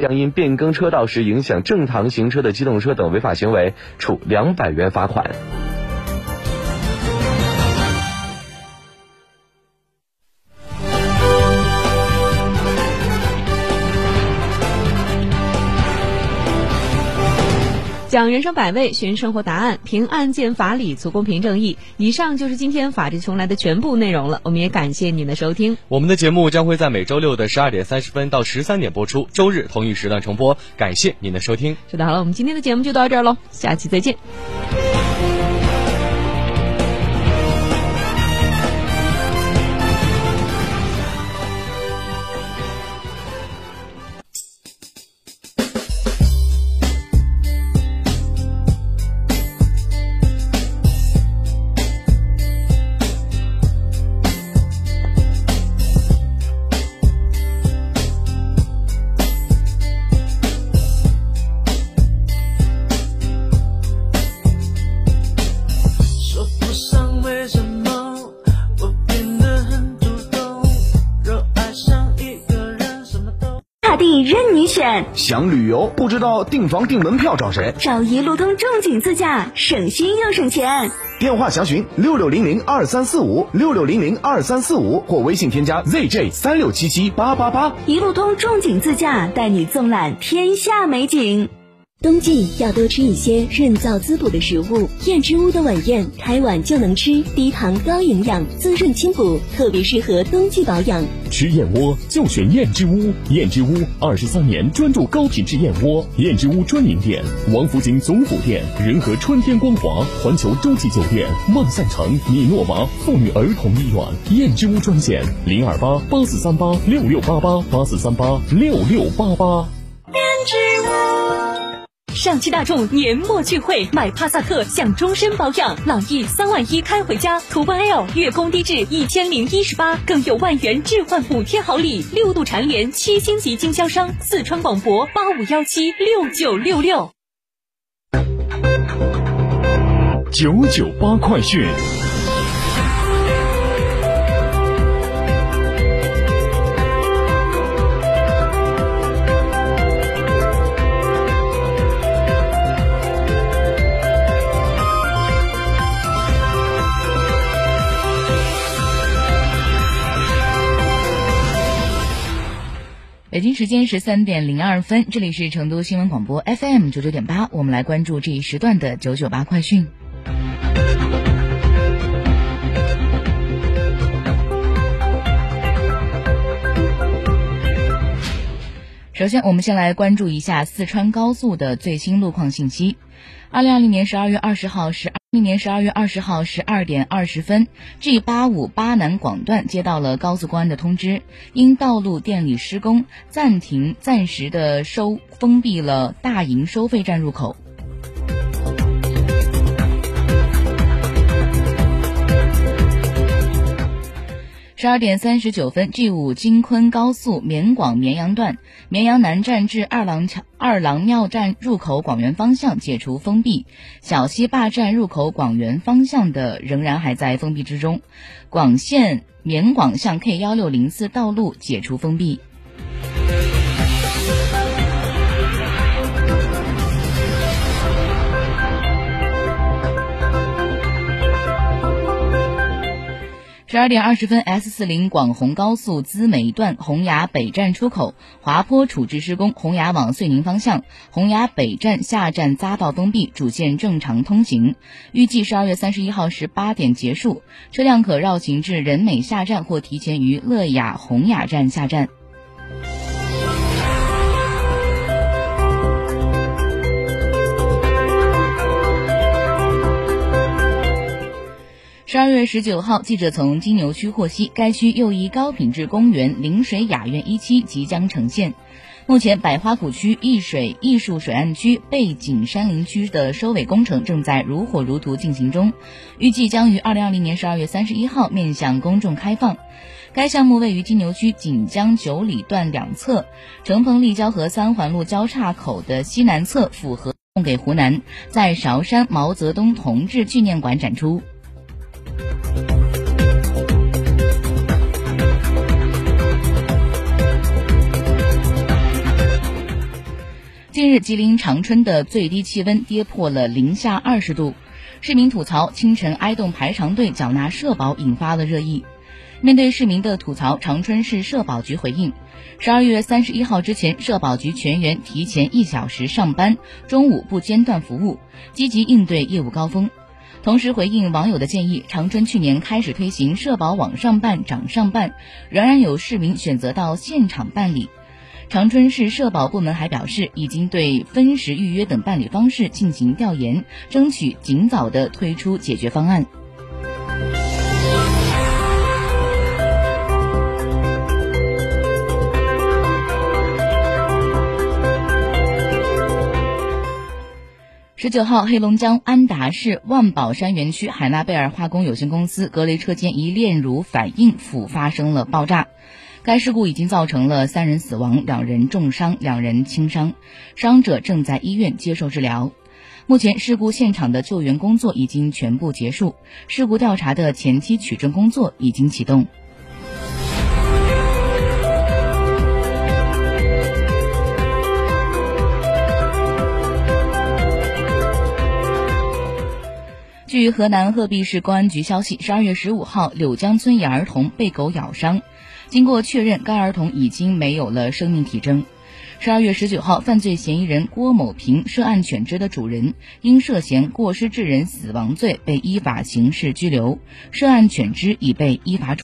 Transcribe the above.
将因变更车道时影响正常行车的机动车等违法行为，处200元罚款。 讲人生百味，寻生活答案，评案件法理，促公平正义。以上就是今天法治从来的全部内容了，我们也感谢您的收听。 我们的节目将会在每周六的12点30分到13点播出，周日同一时段重播。感谢您的收听。 是的，好了，我们今天的节目就到这儿喽，下期再见。 任你选。 想旅游不知道订房订门票找谁？ 找一路通正景自驾，省心又省钱。 电话详询6600234566002345或微信添加 ZJ3677888。 一路通正景自驾带你纵览天下美景。 冬季要多吃一些润燥滋补的食物，燕之屋的晚宴开碗就能吃，低糖高营养，滋润清补，特别适合冬季保养。 吃燕窝就选燕之屋，燕之屋23年专注高品质燕窝。燕之屋专营店：王府井总府店、仁和春天光华、环球洲际酒店、万象城、米诺娃妇女儿童医院。燕之屋专线0288438668884386688。 燕之屋。 上汽大众年末聚会，买帕萨特享终身保养，朗逸3万1开回家，途观 L 月供低至1018，更有万元置换补贴好礼，6度蝉联7星级经销商，四川广博85176966。 998快讯。 北京时间13点02分，这里是成都新闻广播 FM 99.8，我们来关注这一时段的998快讯。首先，我们先来关注一下四川高速的最新路况信息。2020年12月20号12点20分 ，G85 巴南广段接到了高速公安的通知，因道路电力施工，暂时的封闭了大营收费站入口。12点39分 ，G5 京昆高速绵广绵阳段，绵阳南站至二郎庙站入口广元方向解除封闭，小西坝站入口广元方向的仍然还在封闭之中。广线绵广向 K1604 道路解除封闭。12点20分 ，S40 广洪高速资梅段洪崖北站出口滑坡处置施工，洪崖往遂宁方向，洪崖北站下站匝道封闭，主线正常通行。预计12月31号18点结束，车辆可绕行至仁美下站或提前于乐雅洪雅站下站。12月19号，记者从金牛区获悉，该区又一高品质公园临水雅苑1期即将呈现。目前，百花谷区艺术水岸区背景山林区的收尾工程正在如火如荼进行中，预计将于2020年12月31号面向公众开放。该项目位于金牛区锦江9里段两侧，城棚立交和3环路交叉口的西南侧符合送给湖南，在韶山毛泽东同志纪念馆展出。 近日，吉林长春的最低气温跌破了零下20度，市民吐槽清晨挨冻排长队缴纳社保引发了热议。面对市民的吐槽，长春市社保局回应：12月31号之前，社保局全员提前1小时上班，中午不间断服务，积极应对业务高峰。同时回应网友的建议，长春去年开始推行社保网上办、掌上办，仍然有市民选择到现场办理。长春市社保部门还表示，已经对分时预约等办理方式进行调研，争取尽早的推出解决方案。19号，黑龙江安达市万宝山园区海纳贝尔化工有限公司格雷车间一炼乳反应釜发生了爆炸。该事故已经造成了3人死亡，2人重伤，2人轻伤，伤者正在医院接受治疗。目前事故现场的救援工作已经全部结束，事故调查的前期取证工作已经启动。据河南鹤壁市公安局消息，12月15号，柳江村一儿童被狗咬伤，经过确认，该儿童已经没有了生命体征。12月19号，犯罪嫌疑人郭某平涉案犬只的主人，因涉嫌过失致人死亡罪被依法刑事拘留，涉案犬只已被依法处